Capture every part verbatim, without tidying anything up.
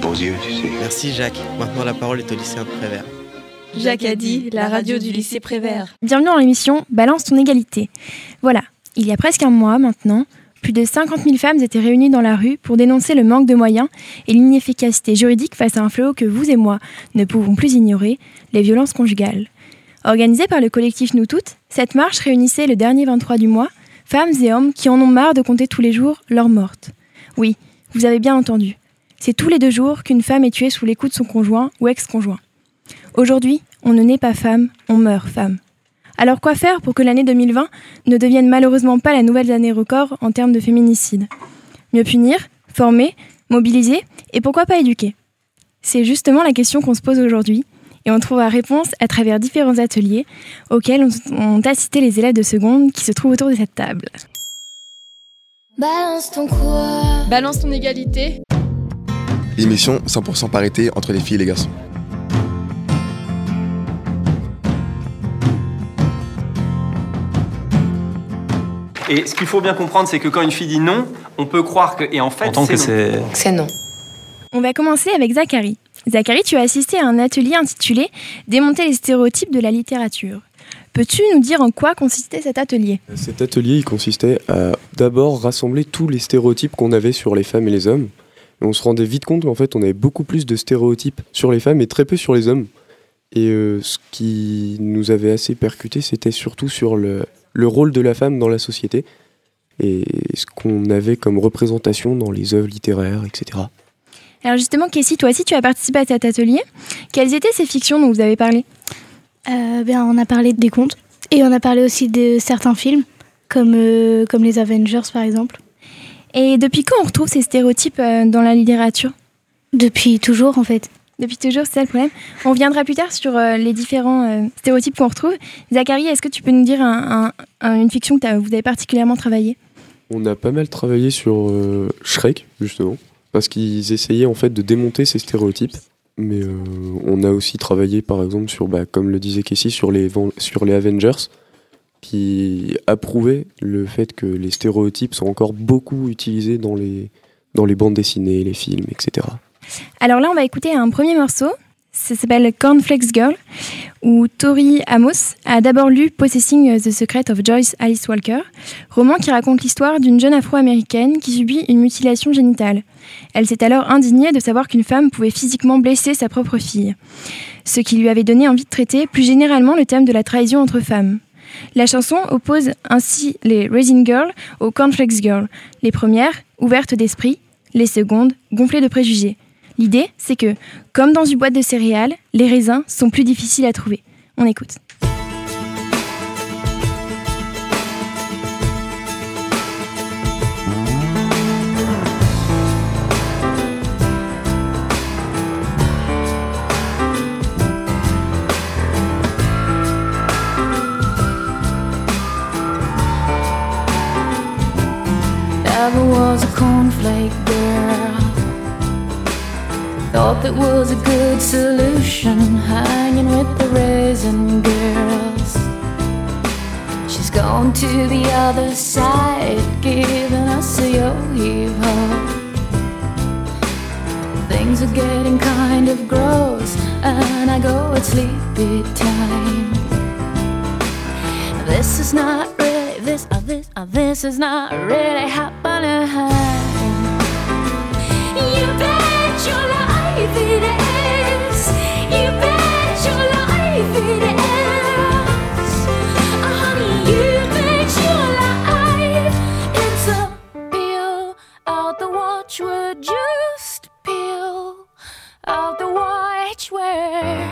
beaux yeux, tu sais. Merci Jacques. Maintenant la parole est au lycéen de Prévert. Jacques a dit, la radio du lycée Prévert. Bienvenue dans l'émission Balance ton égalité. Voilà, il y a presque un mois maintenant, plus de cinquante mille femmes étaient réunies dans la rue pour dénoncer le manque de moyens et l'inefficacité juridique face à un fléau que vous et moi ne pouvons plus ignorer, les violences conjugales. Organisée par le collectif Nous Toutes, cette marche réunissait le dernier vingt-trois du mois femmes et hommes qui en ont marre de compter tous les jours leurs mortes. Oui, vous avez bien entendu. C'est tous les deux jours qu'une femme est tuée sous les coups de son conjoint ou ex-conjoint. Aujourd'hui, on ne naît pas femme, on meurt femme. Alors quoi faire pour que l'année deux mille vingt ne devienne malheureusement pas la nouvelle année record en termes de féminicide ? Mieux punir, former, mobiliser et pourquoi pas éduquer ? C'est justement la question qu'on se pose aujourd'hui et on trouvera réponse à travers différents ateliers auxquels ont, ont assisté les élèves de seconde qui se trouvent autour de cette table. Balance ton quoi ? Balance ton égalité. L'émission cent pour cent parité entre les filles et les garçons. Et ce qu'il faut bien comprendre, c'est que quand une fille dit non, on peut croire que... Et en fait, c'est, c'est, non. c'est... c'est non. On va commencer avec Zachary. Zachary, tu as assisté à un atelier intitulé « Démonter les stéréotypes de la littérature ». Peux-tu nous dire en quoi consistait cet atelier ? Cet atelier, il consistait à d'abord rassembler tous les stéréotypes qu'on avait sur les femmes et les hommes. Et on se rendait vite compte qu'en fait, on avait beaucoup plus de stéréotypes sur les femmes et très peu sur les hommes. Et euh, ce qui nous avait assez percuté, c'était surtout sur le... le rôle de la femme dans la société et ce qu'on avait comme représentation dans les œuvres littéraires, et cetera. Alors justement, Kessie, toi aussi, tu as participé à cet atelier. Quelles étaient ces fictions dont vous avez parlé ? euh, bien, On a parlé des contes et on a parlé aussi de certains films, comme, euh, comme les Avengers par exemple. Et depuis quand on retrouve ces stéréotypes euh, dans la littérature ? Depuis toujours en fait. Depuis toujours, c'est ça le problème. On reviendra plus tard sur euh, les différents euh, stéréotypes qu'on retrouve. Zachary, est-ce que tu peux nous dire un, un, un, une fiction que vous avez particulièrement travaillée ? On a pas mal travaillé sur euh, Shrek, justement, parce qu'ils essayaient en fait de démonter ces stéréotypes. Mais euh, on a aussi travaillé, par exemple, sur, bah, comme le disait Kessie, sur les, sur les Avengers, qui approuvaient le fait que les stéréotypes sont encore beaucoup utilisés dans les, dans les bandes dessinées, les films, et cetera. Alors là, on va écouter un premier morceau. Ça s'appelle Cornflakes Girl, où Tori Amos a d'abord lu Possessing the Secret of Joyce Alice Walker, roman qui raconte l'histoire d'une jeune afro-américaine qui subit une mutilation génitale. Elle s'est alors indignée de savoir qu'une femme pouvait physiquement blesser sa propre fille, ce qui lui avait donné envie de traiter plus généralement le thème de la trahison entre femmes. La chanson oppose ainsi les Raisin Girls aux Cornflakes Girls, les premières ouvertes d'esprit, les secondes gonflées de préjugés. L'idée, c'est que, comme dans une boîte de céréales, les raisins sont plus difficiles à trouver. On écoute. Never was a cornflake girl. Thought that was a good solution, hanging with the raisin girls. She's gone to the other side, giving us a yo-yo. Things are getting kind of gross, and I go at sleepy time. This is not really, this, uh, this, uh, this is not really happening. You bet your life it is. You bet your life it is. Oh, honey, you bet your life it's a peel out the watchword. Just peel out the watchword.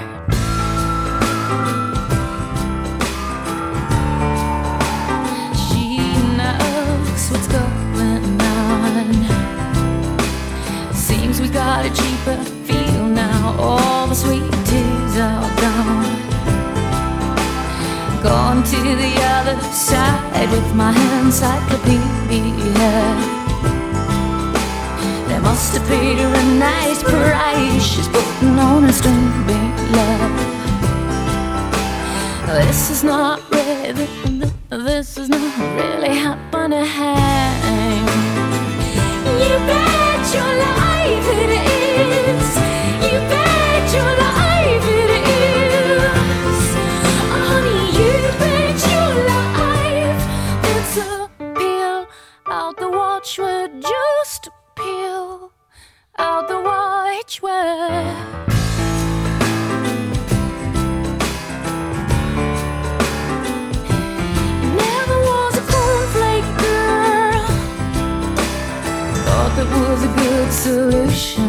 She knows what's going on. Seems we got a cheaper feel now. All the sweet teas are gone. Gone to the other side with my encyclopedia. They must have paid her a nice price. She's putting on a string big love. This is not really, this is not really happening. You bet your life it is. a good solution.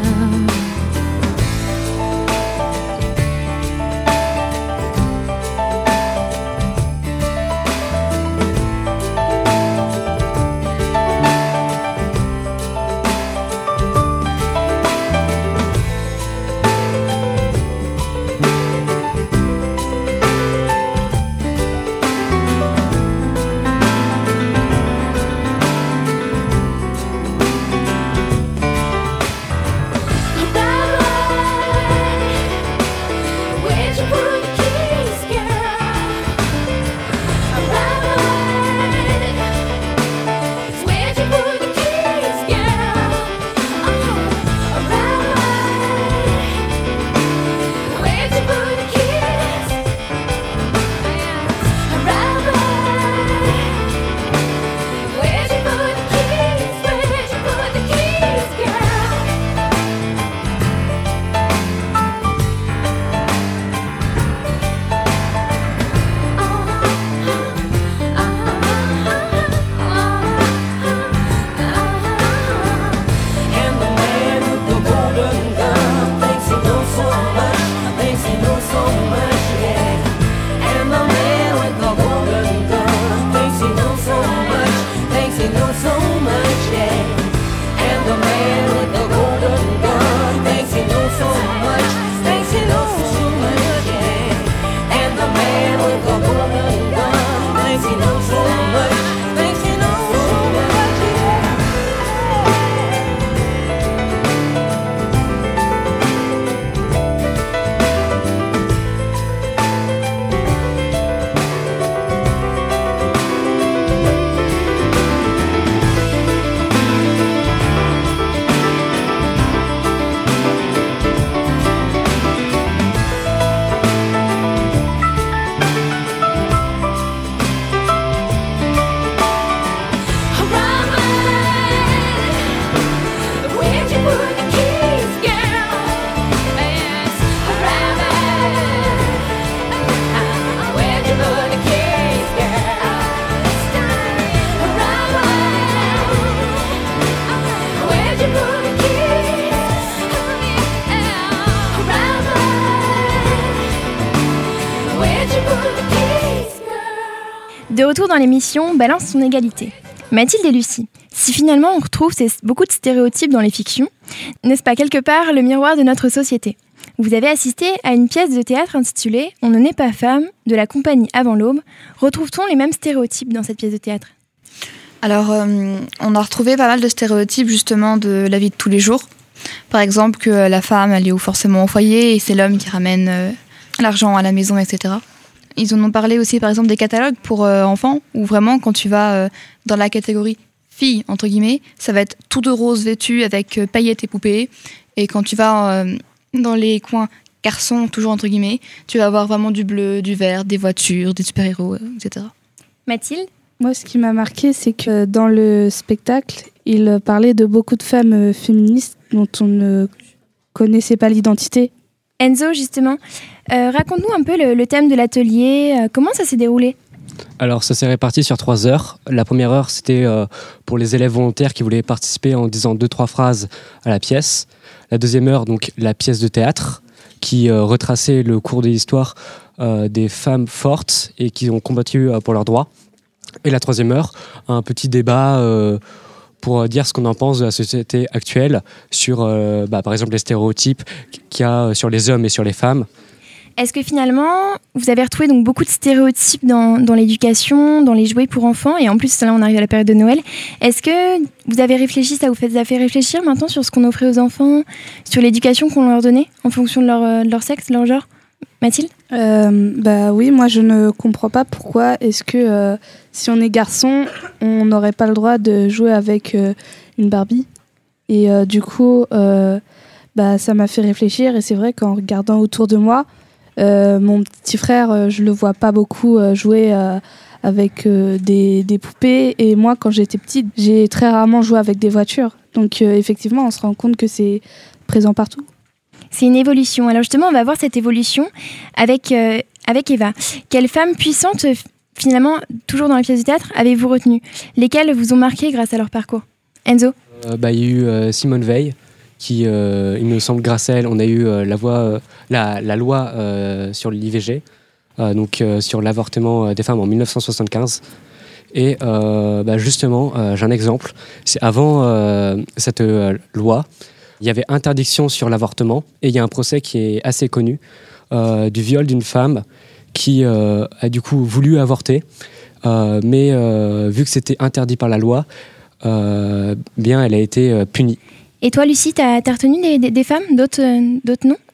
De retour dans l'émission Balance son égalité. Mathilde et Lucie, si finalement on retrouve ces, beaucoup de stéréotypes dans les fictions, n'est-ce pas quelque part le miroir de notre société ? Vous avez assisté à une pièce de théâtre intitulée « On ne naît pas femme » de la compagnie Avant l'Aube. Retrouve-t-on les mêmes stéréotypes dans cette pièce de théâtre ? Alors, euh, on a retrouvé pas mal de stéréotypes justement de la vie de tous les jours. Par exemple, que la femme, elle est forcément au foyer et c'est l'homme qui ramène euh, l'argent à la maison, et cetera. Ils en ont parlé aussi, par exemple, des catalogues pour euh, enfants, où vraiment, quand tu vas euh, dans la catégorie fille, entre guillemets, ça va être tout de rose vêtu avec euh, paillettes et poupées. Et quand tu vas euh, dans les coins garçons, toujours entre guillemets, tu vas avoir vraiment du bleu, du vert, des voitures, des super-héros, euh, et cetera. Mathilde ? Moi, ce qui m'a marqué, c'est que dans le spectacle, il parlait de beaucoup de femmes féministes dont on ne connaissait pas l'identité. Enzo, justement, euh, raconte-nous un peu le, le thème de l'atelier. Euh, comment ça s'est déroulé ? Alors, ça s'est réparti sur trois heures. La première heure, c'était euh, pour les élèves volontaires qui voulaient participer en disant deux, trois phrases à la pièce. La deuxième heure, donc, la pièce de théâtre qui euh, retraçait le cours de l'histoire euh, des femmes fortes et qui ont combattu euh, pour leurs droits. Et la troisième heure, un petit débat euh, pour dire ce qu'on en pense de la société actuelle sur, euh, bah, par exemple, les stéréotypes qu'il y a sur les hommes et sur les femmes. Est-ce que finalement, vous avez retrouvé donc beaucoup de stéréotypes dans, dans l'éducation, dans les jouets pour enfants, et en plus, là, on arrive à la période de Noël. Est-ce que vous avez réfléchi, ça vous fait, ça fait réfléchir maintenant sur ce qu'on offrait aux enfants, sur l'éducation qu'on leur donnait en fonction de leur, de leur sexe, de leur genre ? Mathilde ? euh, Bah oui, moi je ne comprends pas pourquoi est-ce que euh, si on est garçon, on n'aurait pas le droit de jouer avec euh, une Barbie. Et euh, du coup, euh, bah, ça m'a fait réfléchir, et c'est vrai qu'en regardant autour de moi, euh, mon petit frère, euh, je le vois pas beaucoup euh, jouer euh, avec euh, des, des poupées, et moi quand j'étais petite, j'ai très rarement joué avec des voitures. Donc euh, effectivement, on se rend compte que c'est présent partout. C'est une évolution. Alors justement, on va voir cette évolution avec, euh, avec Eva. Quelles femmes puissantes, finalement, toujours dans la pièce de théâtre, avez-vous retenu ? Lesquelles vous ont marqué grâce à leur parcours ? Enzo ? euh, bah, il y a eu euh, Simone Veil, qui, euh, il me semble, grâce à elle, on a eu euh, la, voie, euh, la, la loi euh, sur l'I V G, euh, donc euh, sur l'avortement des femmes en dix-neuf cent soixante-quinze. Et euh, bah, justement, euh, j'ai un exemple. C'est avant euh, cette euh, loi, il y avait interdiction sur l'avortement, et il y a un procès qui est assez connu euh, du viol d'une femme qui euh, a du coup voulu avorter, euh, mais euh, vu que c'était interdit par la loi, euh, bien elle a été euh, punie. Et toi, Lucie, t'as, t'as retenu des, des, des femmes, d'autres, euh, d'autres noms?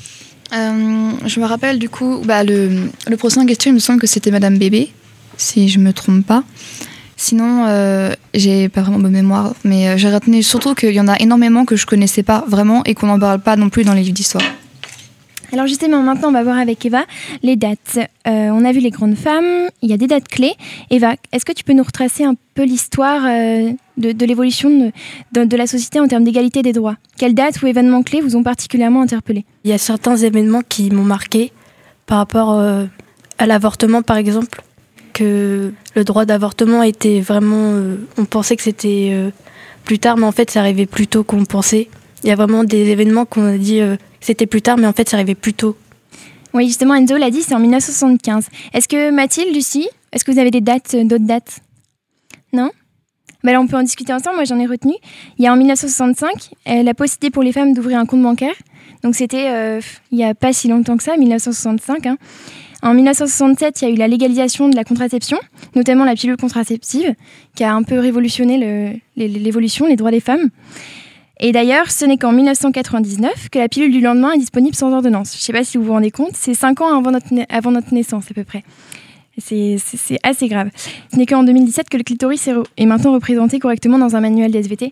euh, Je me rappelle du coup, bah, le, le procès en question, il me semble que c'était Madame Bébé, si je me trompe pas. Sinon, euh, j'ai pas vraiment bonne mémoire, mais euh, j'ai retenu surtout qu'il y en a énormément que je connaissais pas vraiment et qu'on n'en parle pas non plus dans les livres d'histoire. Alors justement, maintenant, on va voir avec Eva les dates. Euh, on a vu les grandes femmes, il y a des dates clés. Eva, est-ce que tu peux nous retracer un peu l'histoire euh, de, de l'évolution de, de, de la société en termes d'égalité des droits? Quelles dates ou événements clés vous ont particulièrement interpellé? Il y a certains événements qui m'ont marqué par rapport euh, à l'avortement, par exemple, que le droit d'avortement était vraiment... Euh, on pensait que c'était euh, plus tard, mais en fait, ça arrivait plus tôt qu'on pensait. Il y a vraiment des événements qu'on a dit... Euh, C'était plus tard, mais en fait, ça arrivait plus tôt. Oui, justement, Enzo l'a dit, c'est en dix-neuf cent soixante-quinze. Est-ce que Mathilde, Lucie, est-ce que vous avez des dates, d'autres dates? Non? Bah là, on peut en discuter ensemble. Moi, j'en ai retenu. Il y a en dix-neuf cent soixante-cinq euh, la possibilité pour les femmes d'ouvrir un compte bancaire. Donc, c'était euh, il n'y a pas si longtemps que ça, dix-neuf cent soixante-cinq. Hein. En dix-neuf cent soixante-sept, il y a eu la légalisation de la contraception, notamment la pilule contraceptive, qui a un peu révolutionné le, l'évolution, les droits des femmes. Et d'ailleurs, ce n'est qu'en dix-neuf cent quatre-vingt-dix-neuf que la pilule du lendemain est disponible sans ordonnance. Je ne sais pas si vous vous rendez compte, c'est cinq ans avant notre, na- avant notre naissance à peu près. C'est, c'est, c'est assez grave. Ce n'est qu'en deux mille dix-sept que le clitoris est, re- est maintenant représenté correctement dans un manuel d'S V T.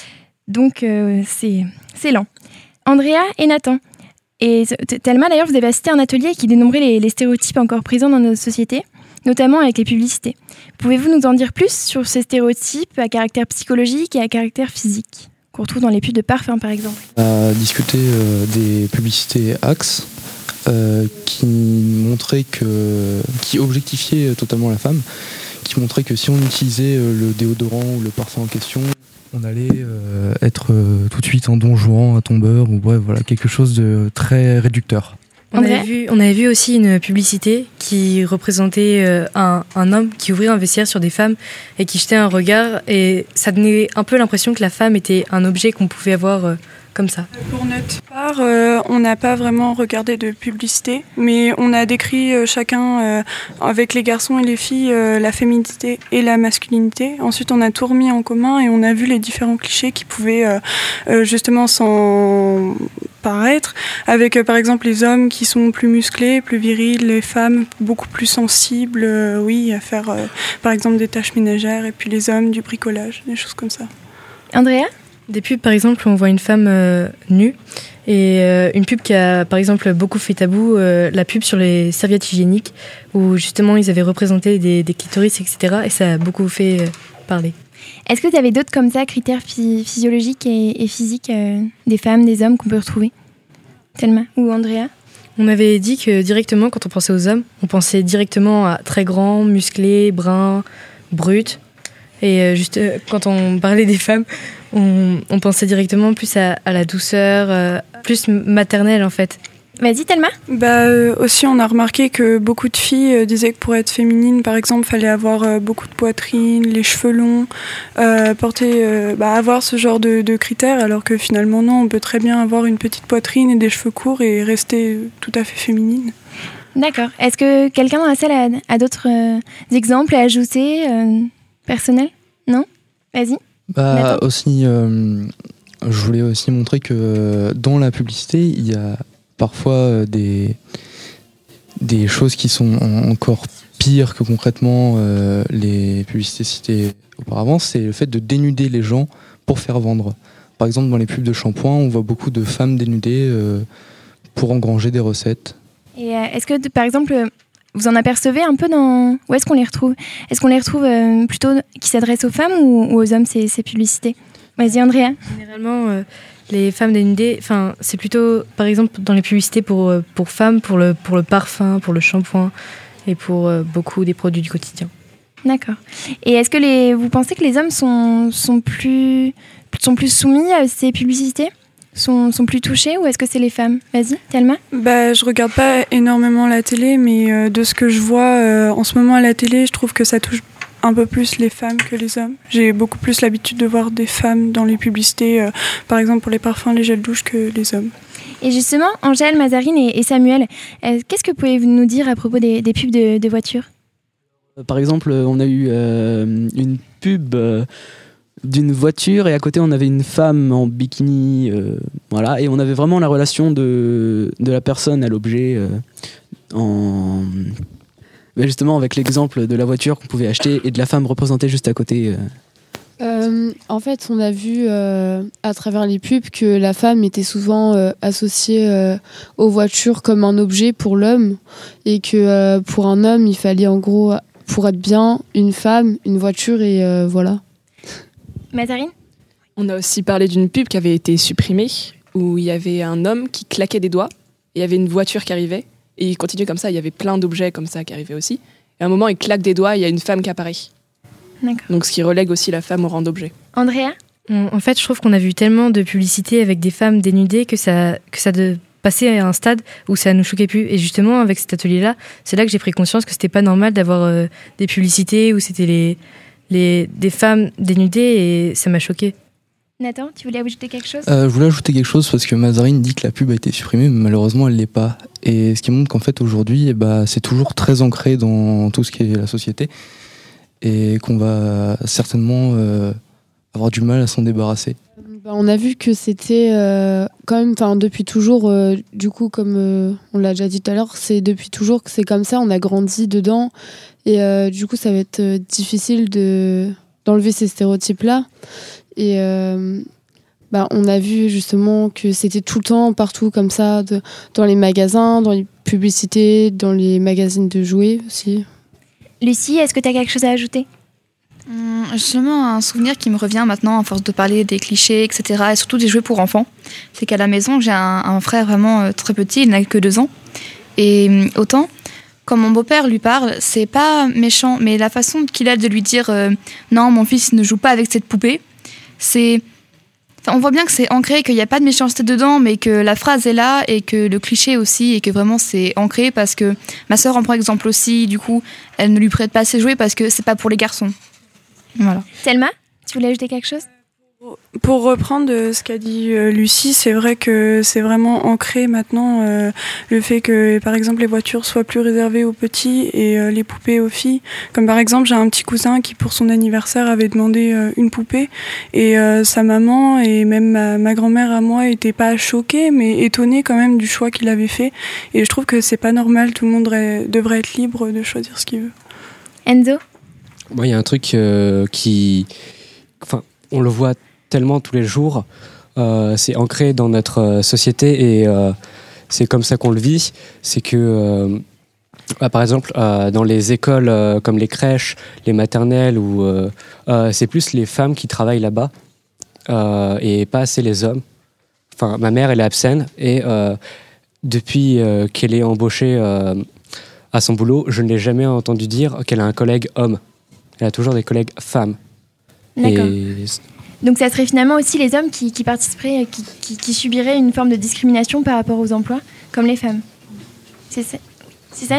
Donc euh, c'est, c'est lent. Andrea et Nathan. Et Thelma, d'ailleurs, vous avez assisté à un atelier qui dénombrait les, les stéréotypes encore présents dans notre société, notamment avec les publicités. Pouvez-vous nous en dire plus sur ces stéréotypes à caractère psychologique et à caractère physique qu'on retrouve dans les pubs de parfum, par exemple? On a discuté euh, des publicités Axe euh, qui montraient que, qui objectifiaient totalement la femme, qui montraient que si on utilisait euh, le déodorant ou le parfum en question, on allait euh, être euh, tout de suite en Don Juan, un tombeur, ou ouais, voilà, quelque chose de très réducteur. On avait, vu, on avait vu aussi une publicité qui représentait euh, un, un homme qui ouvrait un vestiaire sur des femmes et qui jetait un regard, et ça donnait un peu l'impression que la femme était un objet qu'on pouvait avoir euh, comme ça. Pour notre part, euh, on n'a pas vraiment regardé de publicité, mais on a décrit euh, chacun, euh, avec les garçons et les filles, euh, la féminité et la masculinité. Ensuite, on a tout remis en commun et on a vu les différents clichés qui pouvaient euh, euh, justement s'en paraître, avec euh, par exemple les hommes qui sont plus musclés, plus virils, les femmes beaucoup plus sensibles, euh, oui, à faire euh, par exemple des tâches ménagères, et puis les hommes du bricolage, des choses comme ça. Andrea ? Des pubs, par exemple, où on voit une femme euh, nue, et euh, une pub qui a, par exemple, beaucoup fait tabou, euh, la pub sur les serviettes hygiéniques, où justement ils avaient représenté des, des clitoris, et cetera, et ça a beaucoup fait euh, parler. Est-ce que tu avais d'autres comme ça, critères phy- physiologiques et, et physiques euh, des femmes, des hommes qu'on peut retrouver? Thelma ou Andrea? On avait dit que directement, quand on pensait aux hommes, on pensait directement à très grands, musclés, bruns, bruts. Et euh, juste euh, quand on parlait des femmes, on, on pensait directement plus à, à la douceur, euh, plus maternelle en fait. Vas-y Thelma. Bah, euh, aussi, on a remarqué que beaucoup de filles euh, disaient que pour être féminine, par exemple, il fallait avoir euh, beaucoup de poitrine, les cheveux longs, euh, porter, euh, bah, avoir ce genre de, de critères, alors que finalement, non, on peut très bien avoir une petite poitrine et des cheveux courts et rester euh, tout à fait féminine. D'accord. Est-ce que quelqu'un dans la salle a, a d'autres euh, exemples à ajouter euh, personnels? Non? Vas-y. Bah, Nathan. aussi, euh, je voulais aussi montrer que dans la publicité, il y a parfois des, des choses qui sont encore pires que concrètement euh, les publicités citées auparavant. C'est le fait de dénuder les gens pour faire vendre. Par exemple, dans les pubs de shampoing, on voit beaucoup de femmes dénudées euh, pour engranger des recettes. Et euh, est-ce que, par exemple, vous en apercevez un peu dans... Où est-ce qu'on les retrouve? Est-ce qu'on les retrouve euh, plutôt qui s'adressent aux femmes ou, ou aux hommes, ces, ces publicités? Vas-y, Andrea. Généralement, euh, les femmes dénudées, enfin, c'est plutôt, par exemple, dans les publicités pour, pour femmes, pour le, pour le parfum, pour le shampoing et pour euh, beaucoup des produits du quotidien. D'accord. Et est-ce que les, vous pensez que les hommes sont, sont, plus, sont plus soumis à ces publicités ? Sont, sont plus touchés ou est-ce que c'est les femmes ? Vas-y, Thelma. Bah, je regarde pas énormément la télé, mais euh, de ce que je vois euh, en ce moment à la télé, je trouve que ça touche un peu plus les femmes que les hommes. J'ai beaucoup plus l'habitude de voir des femmes dans les publicités, euh, par exemple pour les parfums, les gels douche, que les hommes. Et justement, Angèle, Mazarine et, et Samuel, euh, qu'est-ce que pouvez-vous nous dire à propos des, des pubs de, de voitures ? Par exemple, on a eu euh, une pub euh, d'une voiture et à côté on avait une femme en bikini, euh, voilà, et on avait vraiment la relation de, de la personne à l'objet euh, en... Mais justement avec l'exemple de la voiture qu'on pouvait acheter et de la femme représentée juste à côté. Euh. Euh, en fait, on a vu euh, à travers les pubs que la femme était souvent euh, associée euh, aux voitures comme un objet pour l'homme et que euh, pour un homme, il fallait en gros, pour être bien, une femme, une voiture et euh, voilà. Mazarine ? On a aussi parlé d'une pub qui avait été supprimée où il y avait un homme qui claquait des doigts et il y avait une voiture qui arrivait. Et il continue comme ça, il y avait plein d'objets comme ça qui arrivaient aussi. Et à un moment, il claque des doigts et il y a une femme qui apparaît. D'accord. Donc ce qui relègue aussi la femme au rang d'objet. Andrea ? En fait, je trouve qu'on a vu tellement de publicités avec des femmes dénudées que ça, que ça de passer à un stade où ça nous choquait plus. Et justement, avec cet atelier-là, c'est là que j'ai pris conscience que c'était pas normal d'avoir euh, des publicités où c'était les, les, des femmes dénudées et ça m'a choquée. Nathan, tu voulais ajouter quelque chose ? euh, Je voulais ajouter quelque chose parce que Mazarine dit que la pub a été supprimée, mais malheureusement elle l'est pas. Et ce qui montre qu'en fait aujourd'hui, eh bah, c'est toujours très ancré dans tout ce qui est la société et qu'on va certainement euh, avoir du mal à s'en débarrasser. Bah, on a vu que c'était euh, quand même, enfin depuis toujours, euh, du coup comme euh, on l'a déjà dit tout à l'heure, c'est depuis toujours que c'est comme ça, on a grandi dedans et euh, du coup ça va être euh, difficile de, d'enlever ces stéréotypes-là. Et euh, bah, on a vu justement que c'était tout le temps, partout comme ça, de, dans les magasins, dans les publicités, dans les magazines de jouets aussi. Lucie, est-ce que tu as quelque chose à ajouter ? Hum, justement, un souvenir qui me revient maintenant à force de parler des clichés, et cetera, et surtout des jouets pour enfants, c'est qu'à la maison, j'ai un, un frère vraiment euh, très petit, il n'a que deux ans. Et hum, autant, quand mon beau-père lui parle, c'est pas méchant, mais la façon qu'il a de lui dire euh, « Non, mon fils ne joue pas avec cette poupée », c'est... Enfin, on voit bien que c'est ancré, qu'il n'y a pas de méchanceté dedans, mais que la phrase est là et que le cliché aussi, et que vraiment c'est ancré parce que ma sœur en prend exemple aussi, du coup, elle ne lui prête pas ses jouets parce que c'est pas pour les garçons. Voilà. Thelma, tu voulais ajouter quelque chose ? Pour reprendre ce qu'a dit euh, Lucie, c'est vrai que c'est vraiment ancré maintenant euh, le fait que, par exemple, les voitures soient plus réservées aux petits et euh, les poupées aux filles. Comme par exemple, j'ai un petit cousin qui, pour son anniversaire, avait demandé euh, une poupée et euh, sa maman et même ma, ma grand-mère à moi étaient pas choquées, mais étonnées quand même du choix qu'il avait fait. Et je trouve que c'est pas normal. Tout le monde devrait, devrait être libre de choisir ce qu'il veut. Enzo ? Moi, il y a un truc euh, qui, enfin, on le voit tellement tous les jours, euh, c'est ancré dans notre euh, société et euh, c'est comme ça qu'on le vit. C'est que, euh, bah, par exemple, euh, dans les écoles euh, comme les crèches, les maternelles, où, euh, euh, c'est plus les femmes qui travaillent là-bas euh, et pas assez les hommes. Enfin, ma mère, elle est absène et euh, depuis euh, qu'elle est embauchée euh, à son boulot, je ne l'ai jamais entendu dire qu'elle a un collègue homme. Elle a toujours des collègues femmes. D'accord. Et... Donc ça serait finalement aussi les hommes qui, qui participeraient, qui, qui, qui subiraient une forme de discrimination par rapport aux emplois, comme les femmes. C'est ça, c'est ça Enzo ?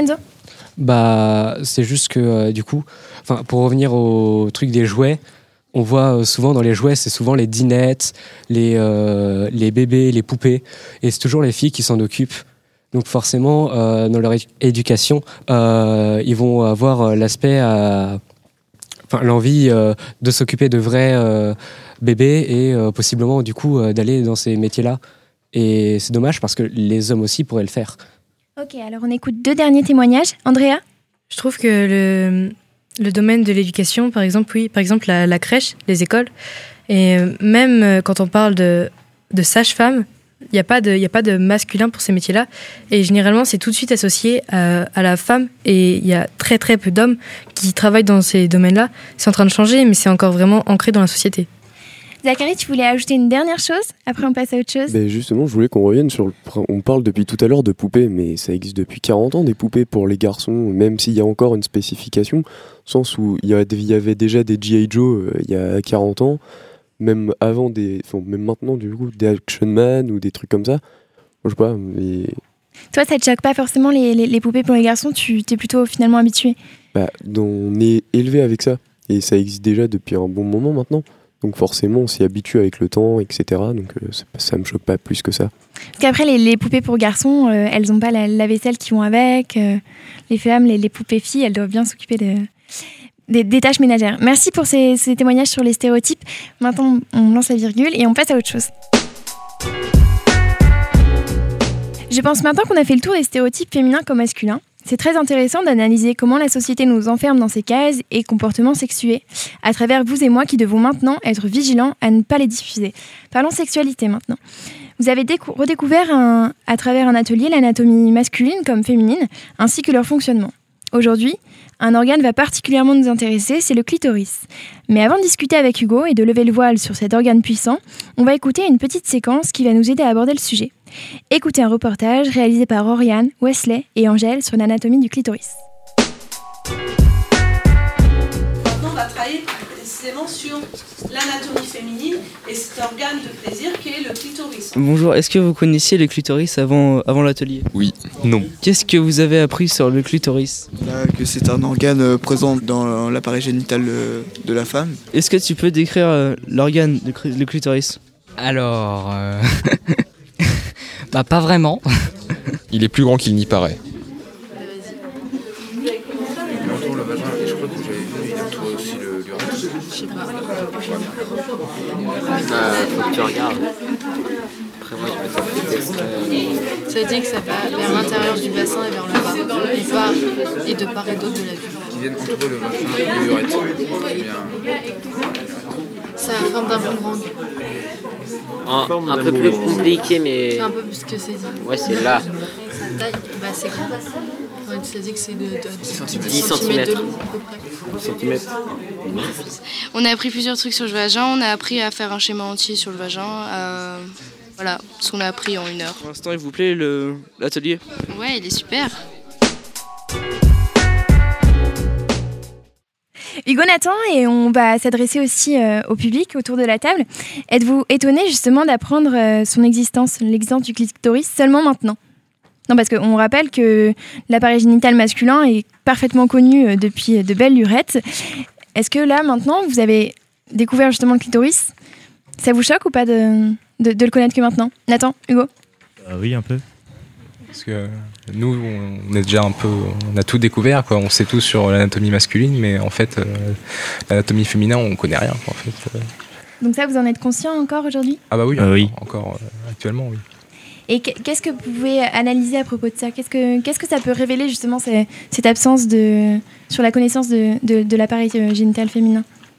Bah, c'est juste que euh, du coup, enfin, pour revenir au truc des jouets, on voit euh, souvent dans les jouets, c'est souvent les dinettes, les, euh, les bébés, les poupées, et c'est toujours les filles qui s'en occupent. Donc forcément, euh, dans leur é- éducation, euh, ils vont avoir euh, l'aspect à... Enfin, l'envie euh, de s'occuper de vrais euh, bébés et euh, possiblement du coup euh, d'aller dans ces métiers-là. Et c'est dommage parce que les hommes aussi pourraient le faire. Ok, alors on écoute deux derniers témoignages. Andrea ? Je trouve que le, le domaine de l'éducation, par exemple, oui, par exemple la, la crèche, les écoles, et même quand on parle de, de sage-femme, il n'y a pas de, il n'y a pas de masculin pour ces métiers-là. Et généralement, c'est tout de suite associé à, à la femme. Et il y a très très peu d'hommes qui travaillent dans ces domaines-là. C'est en train de changer, mais c'est encore vraiment ancré dans la société. Zachary, tu voulais ajouter une dernière chose? Après, on passe à autre chose. Ben justement, je voulais qu'on revienne sur le... On parle depuis tout à l'heure de poupées, mais ça existe depuis quarante ans, des poupées pour les garçons, même s'il y a encore une spécification, au sens où il y avait déjà des G I. Joe euh, il y a quarante ans, même avant des... Enfin, même maintenant, du coup, des Action Man ou des trucs comme ça. Je sais pas, mais... Toi, ça te choque pas forcément les, les, les poupées pour les garçons? Tu t'es plutôt finalement habitué? Bah, on est élevé avec ça, et ça existe déjà depuis un bon moment maintenant. Donc forcément, on s'y habitue avec le temps, et cetera. Donc euh, ça me choque pas plus que ça. Parce qu'après, les, les poupées pour garçons, euh, elles n'ont pas la, la vaisselle qui vont avec. Euh, les femmes, les, les poupées filles, elles doivent bien s'occuper de, des, des tâches ménagères. Merci pour ces, ces témoignages sur les stéréotypes. Maintenant, on lance la virgule et on passe à autre chose. Je pense maintenant qu'on a fait le tour des stéréotypes féminins comme masculins. C'est très intéressant d'analyser comment la société nous enferme dans ces cases et comportements sexués, à travers vous et moi qui devons maintenant être vigilants à ne pas les diffuser. Parlons sexualité maintenant. Vous avez décou- redécouvert un, à travers un atelier l'anatomie masculine comme féminine, ainsi que leur fonctionnement. Aujourd'hui, un organe va particulièrement nous intéresser, c'est le clitoris. Mais avant de discuter avec Hugo et de lever le voile sur cet organe puissant, on va écouter une petite séquence qui va nous aider à aborder le sujet. Écoutez un reportage réalisé par Oriane, Wesley et Angèle sur l'anatomie du clitoris. Maintenant, on va travailler précisément sur l'anatomie féminine et cet organe de plaisir qui est le clitoris. Bonjour, est-ce que vous connaissiez le clitoris avant, avant l'atelier? Oui. Non. Qu'est-ce que vous avez appris sur le clitoris? Là, que c'est un organe présent dans l'appareil génital de la femme. Est-ce que tu peux décrire l'organe, le clitoris? Alors... Euh... Bah pas vraiment. Il est plus grand qu'il n'y paraît. Le vagin, et je crois que vous avez vu, il entoure aussi l'urètre. Je sais pas. Euh, faut que tu regardes. Après moi je vais faire le test. Ça dit que ça va vers l'intérieur du bassin et vers le bas. Et, par, et de part et d'autre de la vue. Qui viennent entourer le vagin et l'urètre. C'est la forme d'un boomerang. Un, un peu plus compliqué, mais. C'est un peu plus que c'est dit. Ouais, c'est là. Sa taille, bah c'est grand. Ouais, ça dit que c'est de, de dix centimètres de long, à peu près. dix centimètres. On a appris plusieurs trucs sur le vagin. On a appris à faire un schéma entier sur le vagin. Euh, voilà, ce qu'on a appris en une heure. Pour l'instant, il vous plaît l'atelier? Ouais, il est super. Hugo, Nathan, et on va s'adresser aussi euh, au public autour de la table. Êtes-vous étonné justement d'apprendre euh, son existence, l'existence du clitoris seulement maintenant? Non, parce qu'on rappelle que l'appareil génital masculin est parfaitement connu euh, depuis de belles lurettes. Est-ce que là, maintenant, vous avez découvert justement le clitoris? Ça vous choque ou pas de, de, de le connaître que maintenant? Nathan, Hugo? euh, Oui, un peu. Parce que nous, on est déjà un peu, on a tout découvert, quoi. On sait tout sur l'anatomie masculine, mais en fait, euh, l'anatomie féminine, on connaît rien, quoi, en fait. Donc ça, vous en êtes conscient encore aujourd'hui? Ah bah oui, euh, encore, oui. encore euh, actuellement, oui. Et qu'est-ce que vous pouvez analyser à propos de ça? Qu'est-ce que, qu'est-ce que ça peut révéler justement ces, cette absence de, sur la connaissance de, de, de l'appareil génital féminin?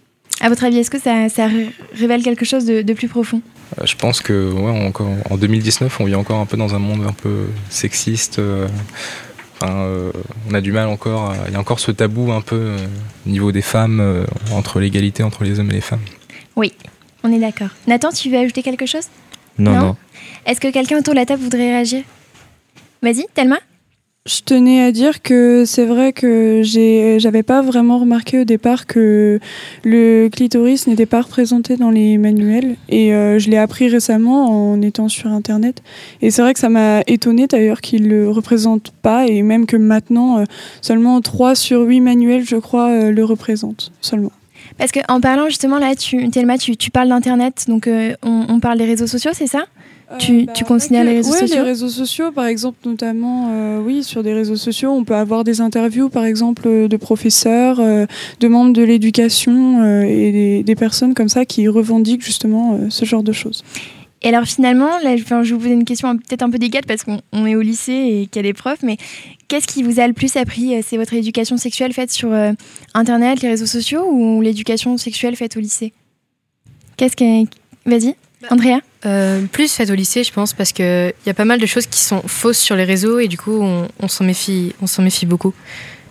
À votre avis, est-ce que ça, ça révèle quelque chose de, de plus profond? euh, Je pense que ouais, encore, en deux mille dix-neuf, on vit encore un peu dans un monde un peu sexiste. Euh, enfin, euh, on a du mal encore. Il y a encore ce tabou un peu euh, au niveau des femmes, euh, entre l'égalité entre les hommes et les femmes. Oui, on est d'accord. Nathan, tu veux ajouter quelque chose? Non, non. non. Est-ce que quelqu'un autour de la table voudrait réagir? Vas-y, Thelma. Je tenais à dire que c'est vrai que j'ai, j'avais pas vraiment remarqué au départ que le clitoris n'était pas représenté dans les manuels et euh, je l'ai appris récemment en étant sur internet et c'est vrai que ça m'a étonnée d'ailleurs qu'il le représente pas et même que maintenant euh, seulement trois sur huit manuels je crois euh, le représentent seulement. Parce qu'en parlant justement là, tu, Thelma, tu, tu parles d'internet, donc euh, on, on parle des réseaux sociaux, c'est ça? Euh, tu, bah, tu considères les réseaux ouais, sociaux? les réseaux sociaux, par exemple, notamment, euh, oui, sur des réseaux sociaux, on peut avoir des interviews, par exemple, de professeurs, euh, de membres de l'éducation euh, et des, des personnes comme ça qui revendiquent justement euh, ce genre de choses. Et alors finalement, là, enfin, je vais vous poser une question peut-être un peu délicate parce qu'on on est au lycée et qu'il y a des profs, mais qu'est-ce qui vous a le plus appris? C'est votre éducation sexuelle faite sur euh, Internet, les réseaux sociaux ou l'éducation sexuelle faite au lycée? Qu'est-ce que... Vas-y, Andrea. Euh, plus faite au lycée, je pense, parce qu'il y a pas mal de choses qui sont fausses sur les réseaux et du coup, on, on s'en méfie, on s'en méfie beaucoup.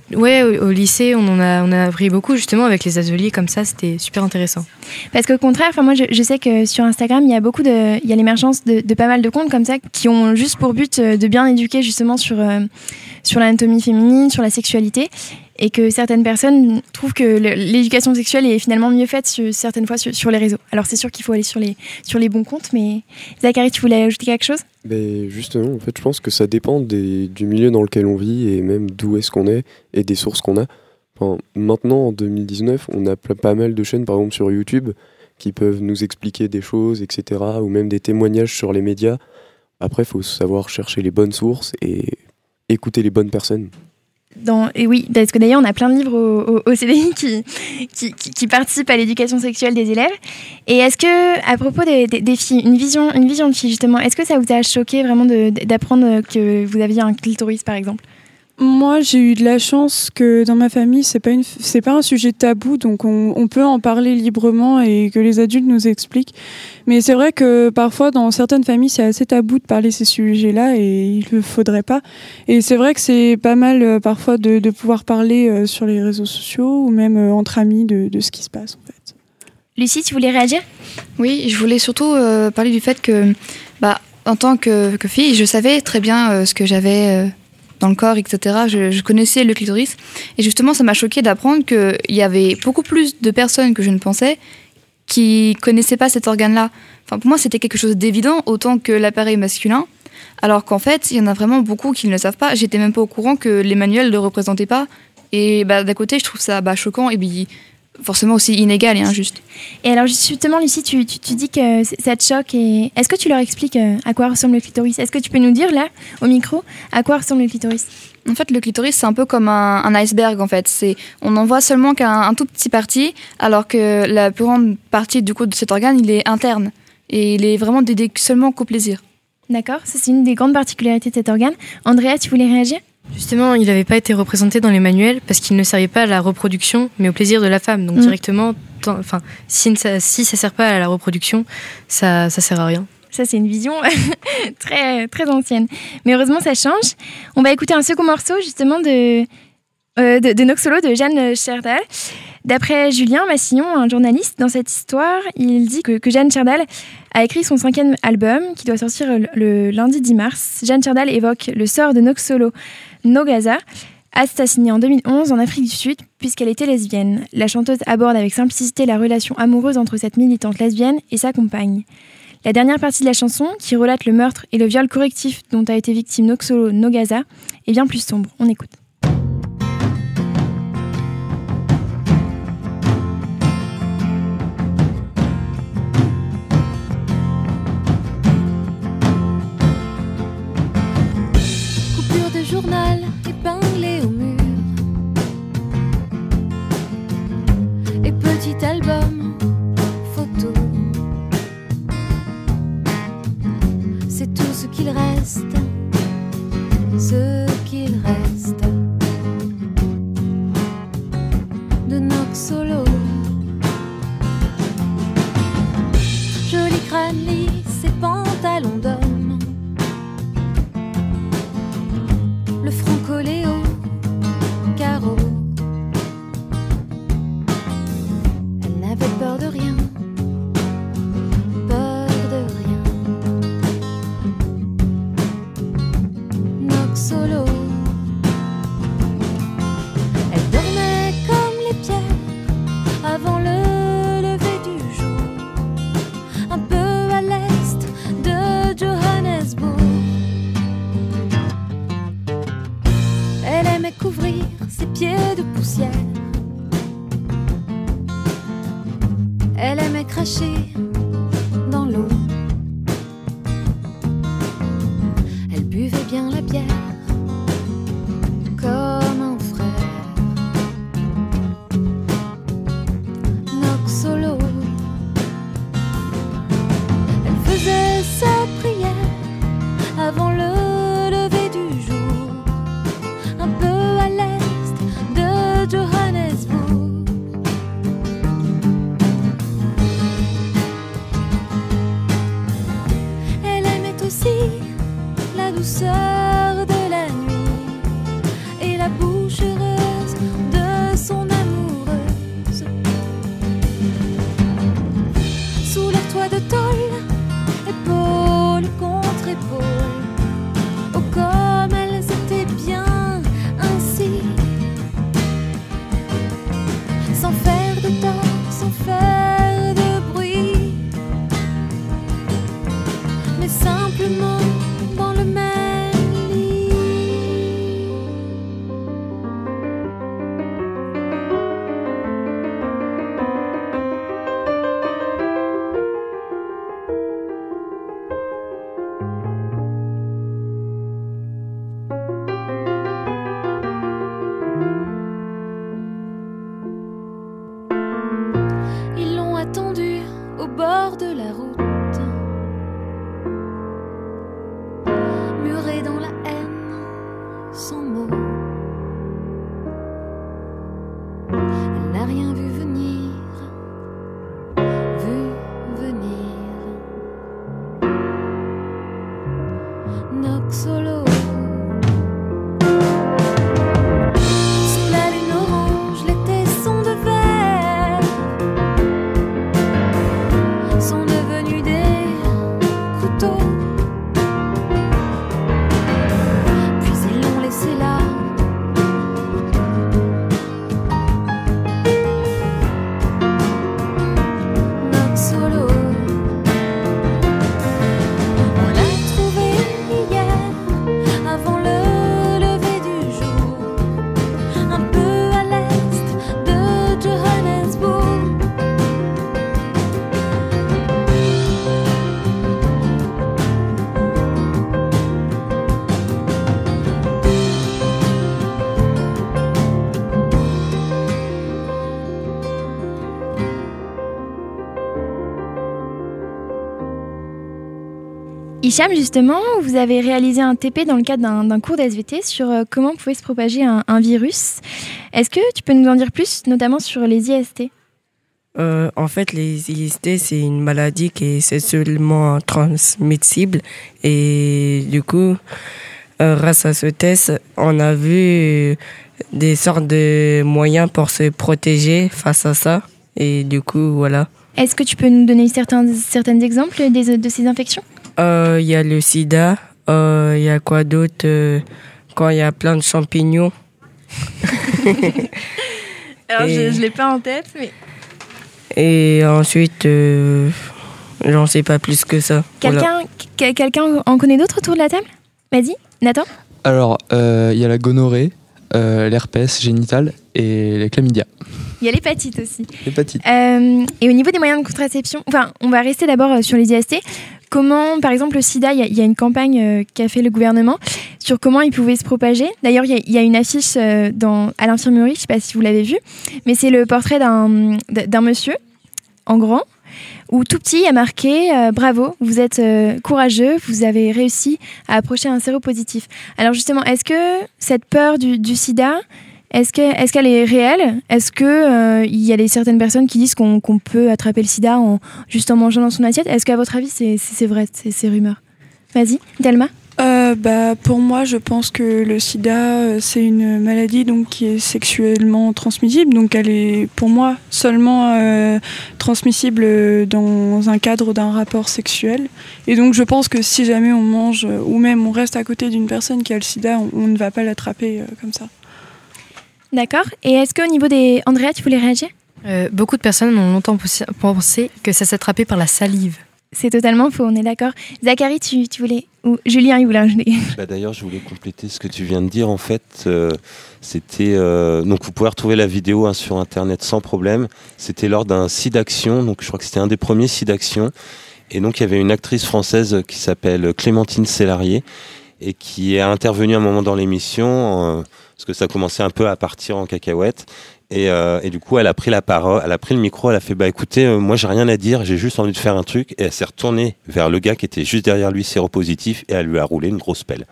Ouais, au, au lycée, on en a, on a appris beaucoup justement avec les ateliers comme ça, c'était super intéressant. Parce qu'au contraire, enfin moi je, je sais que sur Instagram, il y a beaucoup de, il y a l'émergence de, de pas mal de comptes comme ça qui ont juste pour but de bien éduquer justement sur euh, sur l'anatomie féminine, sur la sexualité, et que certaines personnes trouvent que le, l'éducation sexuelle est finalement mieux faite sur, certaines fois sur, sur les réseaux. Alors c'est sûr qu'il faut aller sur les sur les bons comptes, mais Zachary, tu voulais ajouter quelque chose ? Ben justement, en fait, je pense que ça dépend des, du milieu dans lequel on vit et même d'où est-ce qu'on est et des sources qu'on a. Enfin, maintenant, en deux mille dix-neuf, on a pas mal de chaînes, par exemple sur YouTube, qui peuvent nous expliquer des choses, et cetera, ou même des témoignages sur les médias. Après, il faut savoir chercher les bonnes sources et écouter les bonnes personnes. Dans, et oui, parce que d'ailleurs, on a plein de livres au, au, au C D I qui, qui, qui, qui participent à l'éducation sexuelle des élèves. Et est-ce que, à propos des, des, des filles, une vision, une vision de filles justement, est-ce que ça vous a choqué vraiment de, d'apprendre que vous aviez un clitoris, par exemple ? Moi, j'ai eu de la chance que dans ma famille, c'est pas une, c'est pas un sujet tabou, donc on, on peut en parler librement et que les adultes nous expliquent. Mais c'est vrai que parfois, dans certaines familles, c'est assez tabou de parler ces sujets-là et il ne faudrait pas. Et c'est vrai que c'est pas mal euh, parfois de, de pouvoir parler euh, sur les réseaux sociaux ou même euh, entre amis de, de ce qui se passe en fait. Lucie, tu voulais réagir ? Oui, je voulais surtout euh, parler du fait que, bah, en tant que, que fille, je savais très bien euh, ce que j'avais euh, dans le corps, et cetera. Je, je connaissais le clitoris. Et justement, ça m'a choquée d'apprendre qu'il y avait beaucoup plus de personnes que je ne pensais qui connaissaient pas cet organe-là. Enfin, pour moi, c'était quelque chose d'évident, autant que l'appareil masculin. Alors qu'en fait, il y en a vraiment beaucoup qui ne le savent pas. J'étais même pas au courant que les manuels ne le représentaient pas. Et bah, d'un côté, je trouve ça bah, choquant et puis forcément aussi inégal et injuste. Et alors justement, Lucie, tu, tu, tu dis que ça te choque. Et est-ce que tu leur expliques à quoi ressemble le clitoris ? Est-ce que tu peux nous dire là, au micro, à quoi ressemble le clitoris ? En fait, le clitoris, c'est un peu comme un, un iceberg, en fait. C'est, on en voit seulement qu'un un tout petit parti, alors que la plus grande partie du coup, de cet organe, il est interne. Et il est vraiment dédié seulement qu'au plaisir. D'accord, ça c'est une des grandes particularités de cet organe. Andrea, tu voulais réagir ? Justement, il n'avait pas été représenté dans les manuels parce qu'il ne servait pas à la reproduction, mais au plaisir de la femme. Donc mmh. directement, enfin, si ça, si ça sert pas à la reproduction, ça, ça sert à rien. Ça, c'est une vision très, très ancienne. Mais heureusement, ça change. On va écouter un second morceau, justement, de, euh, de, de Noxolo, de Jeanne Cherdal. D'après Julien Massillon, un journaliste, dans cette histoire, il dit que, que Jeanne Cherdal a écrit son cinquième album, qui doit sortir le, le lundi dix mars. Jeanne Cherdal évoque le sort de Noxolo Noghaza, assassinée en deux mille onze en Afrique du Sud, puisqu'elle était lesbienne. La chanteuse aborde avec simplicité la relation amoureuse entre cette militante lesbienne et sa compagne. La dernière partie de la chanson, qui relate le meurtre et le viol correctif dont a été victime Noxolo Noghaza, est bien plus sombre. On écoute. Coupure de journal épinglée au mur et petit album photo. C'est tout ce qu'il reste, ce qu'il reste de Noxolo. Joli crâne lisse et pantalon d'homme, le front collé au carreau. Elle n'avait peur de rien, peur de rien. Noxolo, elle dormait comme les pierres avant le lever du jour, un peu à l'est de Johannesburg. Elle aimait couvrir ses pieds de poussière, elle aimait cracher dans l'eau. Elle buvait bien la bière comme un frère. Noxolo, elle faisait sa prière avant le lever du jour, un peu à l'est de Johannesburg. Elle aimait aussi la douceur de la nuit et la bouche heureuse simplement dans le même lit. Ils l'ont attendu au bord de la route, muré dans la haine, sans mots. Elle n'a rien vu venir, vu venir. Nox solo. Sous la lune orange, les tessons de verre sont devenus des couteaux. Puis ils l'ont laissé là. Nox solo. On l'a trouvé hier, avant le lever du jour, un peu à l'est de Johannesburg. Hicham, justement, vous avez réalisé un T P dans le cadre d'un d'un cours d'S V T sur euh, comment pouvait se propager un, un virus. Est-ce que tu peux nous en dire plus, notamment sur les I S T ? Euh, en fait, les I S T, c'est une maladie qui est sexuellement transmissible. Et du coup, euh, grâce à ce test, on a vu des sortes de moyens pour se protéger face à ça. Et du coup, voilà. Est-ce que tu peux nous donner certains, certains exemples des, de ces infections ? Euh, Il y a le sida. Il euh, y a quoi d'autre euh, quand il y a plein de champignons. Alors, Et- je ne l'ai pas en tête, mais... Et ensuite, euh, j'en sais pas plus que ça. Quelqu'un Voilà. que- quelqu'un en connaît d'autres autour de la table ? Vas-y, Nathan ? Alors, euh, il y a la gonorrhée, euh, l'herpès génital et les chlamydia. Il y a l'hépatite aussi. L'hépatite. Euh, et au niveau des moyens de contraception, enfin, on va rester d'abord euh, sur les I S T. Comment, par exemple, le sida, il y a- il y, a une campagne euh, qu'a fait le gouvernement sur comment il pouvait se propager. D'ailleurs, il y a- il y, a une affiche euh, dans, à l'infirmerie, je ne sais pas si vous l'avez vu, mais c'est le portrait d'un d'un monsieur en grand, où tout petit il y a marqué euh, bravo, vous êtes euh, courageux, vous avez réussi à approcher un séropositif. Alors justement, est-ce que cette peur du, du sida, est-ce que, est-ce qu'elle est réelle ? Est-ce que euh, il y a des certaines personnes qui disent qu'on, qu'on peut attraper le sida en, juste en mangeant dans son assiette ? Est-ce qu'à votre avis c'est, c'est, c'est vrai, c'est, ces rumeurs ? Vas-y, Delma. Euh, bah, pour moi, je pense que le sida, euh, c'est une maladie donc, qui est sexuellement transmissible. Donc, elle est, pour moi, seulement euh, transmissible dans un cadre d'un rapport sexuel. Et donc, je pense que si jamais on mange euh, ou même on reste à côté d'une personne qui a le sida, on, on ne va pas l'attraper euh, comme ça. D'accord. Et est-ce qu'au niveau des... Andrea, tu voulais réagir ? Euh, beaucoup de personnes ont longtemps possi- pensé que ça s'attrapait par la salive. C'est totalement faux, on est d'accord. Zachary, tu, tu voulais... Ou Julien, il voulait rajouter. Bah d'ailleurs, je voulais compléter ce que tu viens de dire. En fait, euh, c'était euh, donc vous pouvez retrouver la vidéo hein, sur internet sans problème. C'était lors d'un SIDAction, donc je crois que c'était un des premiers SIDAction. Et donc il y avait une actrice française qui s'appelle Clémentine Célarier et qui est intervenue un moment dans l'émission euh, parce que ça commençait un peu à partir en cacahuète. Et, euh, et du coup, elle a pris la parole, elle a pris le micro, elle a fait bah écoutez, euh, moi j'ai rien à dire, j'ai juste envie de faire un truc. Et elle s'est retournée vers le gars qui était juste derrière lui, séropositif, et elle lui a roulé une grosse pelle.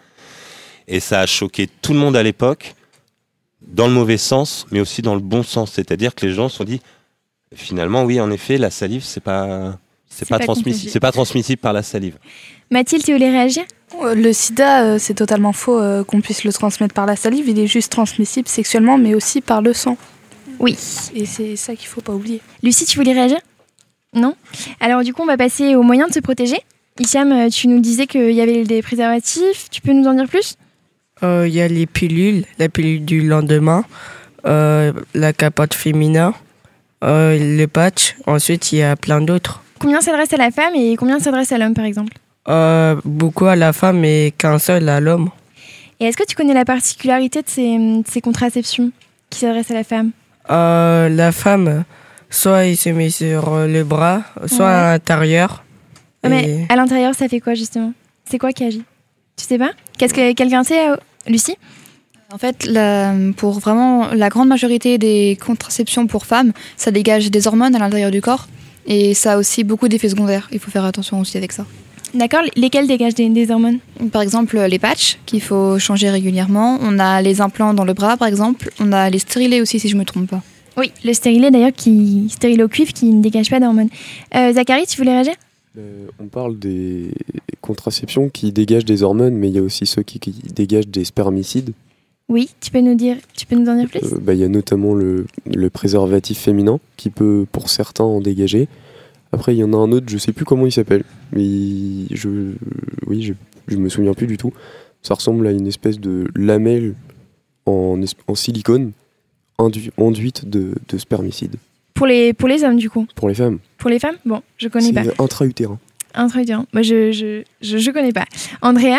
Et ça a choqué tout le monde à l'époque, dans le mauvais sens, mais aussi dans le bon sens. C'est-à-dire que les gens se sont dit finalement, oui, en effet, la salive, c'est pas, c'est, C'est pas, pas transmissible, contagieux. c'est pas transmissible par la salive. Mathilde, tu voulais réagir ? Le sida, euh, c'est totalement faux euh, qu'on puisse le transmettre par la salive. Il est juste transmissible sexuellement, mais aussi par le sang. Oui. Et c'est ça qu'il ne faut pas oublier. Lucie, tu voulais réagir ? Non ? Alors du coup, on va passer aux moyens de se protéger. Hicham, euh, tu nous disais qu'il y avait des préservatifs. Tu peux nous en dire plus ? Euh, Il y a les pilules, la pilule du lendemain, euh, la capote féminin, euh, le patch. Ensuite, il y a plein d'autres. Combien s'adresse à la femme et combien s'adresse à l'homme, par exemple ? euh, Beaucoup à la femme et qu'un seul à l'homme. Et est-ce que tu connais la particularité de ces, de ces contraceptions qui s'adressent à la femme? euh, La femme, soit il se met sur le bras, soit ouais. à l'intérieur. Ouais, mais à l'intérieur, ça fait quoi justement? C'est quoi qui agit? Tu sais pas? Qu'est-ce que quelqu'un sait, euh, Lucie? En fait, la, pour vraiment la grande majorité des contraceptions pour femmes, ça dégage des hormones à l'intérieur du corps et ça a aussi beaucoup d'effets secondaires. Il faut faire attention aussi avec ça. D'accord, lesquels dégagent des, des hormones? Par exemple, les patchs qu'il faut changer régulièrement. On a les implants dans le bras, par exemple. On a les stérilés aussi, si je ne me trompe pas. Oui, le stérilet d'ailleurs, qui stérilet au cuivre, qui ne dégage pas d'hormones. Euh, Zachary, tu voulais réagir? euh, On parle des contraceptions qui dégagent des hormones, mais il y a aussi ceux qui, qui dégagent des spermicides. Oui, tu peux nous dire, tu peux nous en dire plus? euh, bah, y a notamment le, le préservatif féminin, qui peut pour certains en dégager. Après, il y en a un autre, je sais plus comment il s'appelle, mais je, oui, je, je me souviens plus du tout. Ça ressemble à une espèce de lamelle en, en silicone indu, enduite de, de spermicide. Pour les, pour les hommes, du coup? Pour les femmes. Pour les femmes? Bon, je connais c'est pas. C'est intra-utérin. Intra-utérin. Bah, je, je, je, je connais pas. Andrea?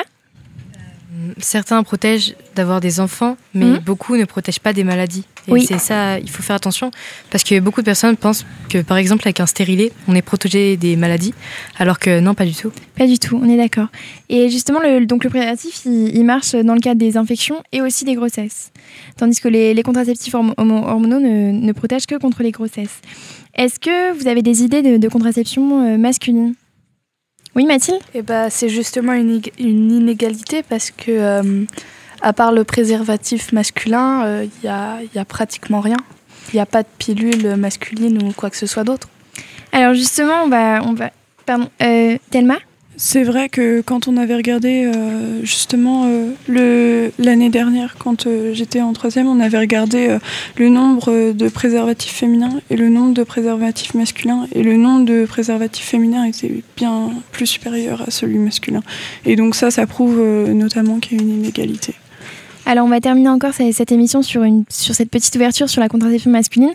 Certains protègent d'avoir des enfants, mais mmh. beaucoup ne protègent pas des maladies. Et oui. c'est ça, il faut faire attention, parce que beaucoup de personnes pensent que, par exemple, avec un stérilet, on est protégé des maladies, alors que non, pas du tout. Pas du tout, on est d'accord. Et justement, le, donc le préservatif, il, il marche dans le cadre des infections et aussi des grossesses, tandis que les, les contraceptifs hormonaux ne, ne protègent que contre les grossesses. Est-ce que vous avez des idées de, de contraception masculine? Oui, Mathilde? Eh ben, c'est justement une, une inégalité parce que, euh, à part le préservatif masculin, il euh, n'y a, y a pratiquement rien. Il n'y a pas de pilule masculine ou quoi que ce soit d'autre. Alors justement, on va... On va... Pardon, euh, Thelma? C'est vrai que quand on avait regardé euh, justement euh, le, l'année dernière, quand euh, j'étais en troisième, on avait regardé euh, le nombre de préservatifs féminins et le nombre de préservatifs masculins. Et le nombre de préservatifs féminins était bien plus supérieur à celui masculin. Et donc ça, ça prouve euh, notamment qu'il y a une inégalité. Alors on va terminer encore cette émission sur, une, sur cette petite ouverture sur la contraception masculine.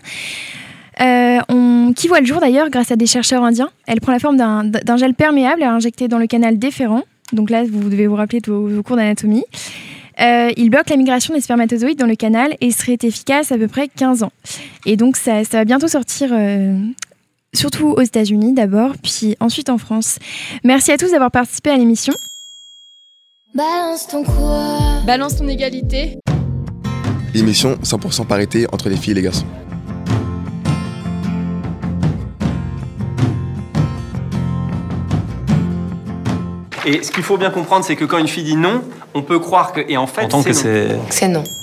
Euh, on, qui voit le jour d'ailleurs grâce à des chercheurs indiens. Elle prend la forme d'un, d'un gel perméable à injecter dans le canal déférent. Donc là, vous devez vous rappeler de vos, vos cours d'anatomie. Euh, il bloque la migration des spermatozoïdes dans le canal et serait efficace à peu près quinze ans. Et donc ça, ça va bientôt sortir, euh, surtout aux États-Unis d'abord, puis ensuite en France. Merci à tous d'avoir participé à l'émission. Balance ton quoi? Balance ton égalité. L'émission cent pour cent parité entre les filles et les garçons. Et ce qu'il faut bien comprendre, c'est que quand une fille dit non, on peut croire que... Et en fait, c'est, c'est non. C'est non.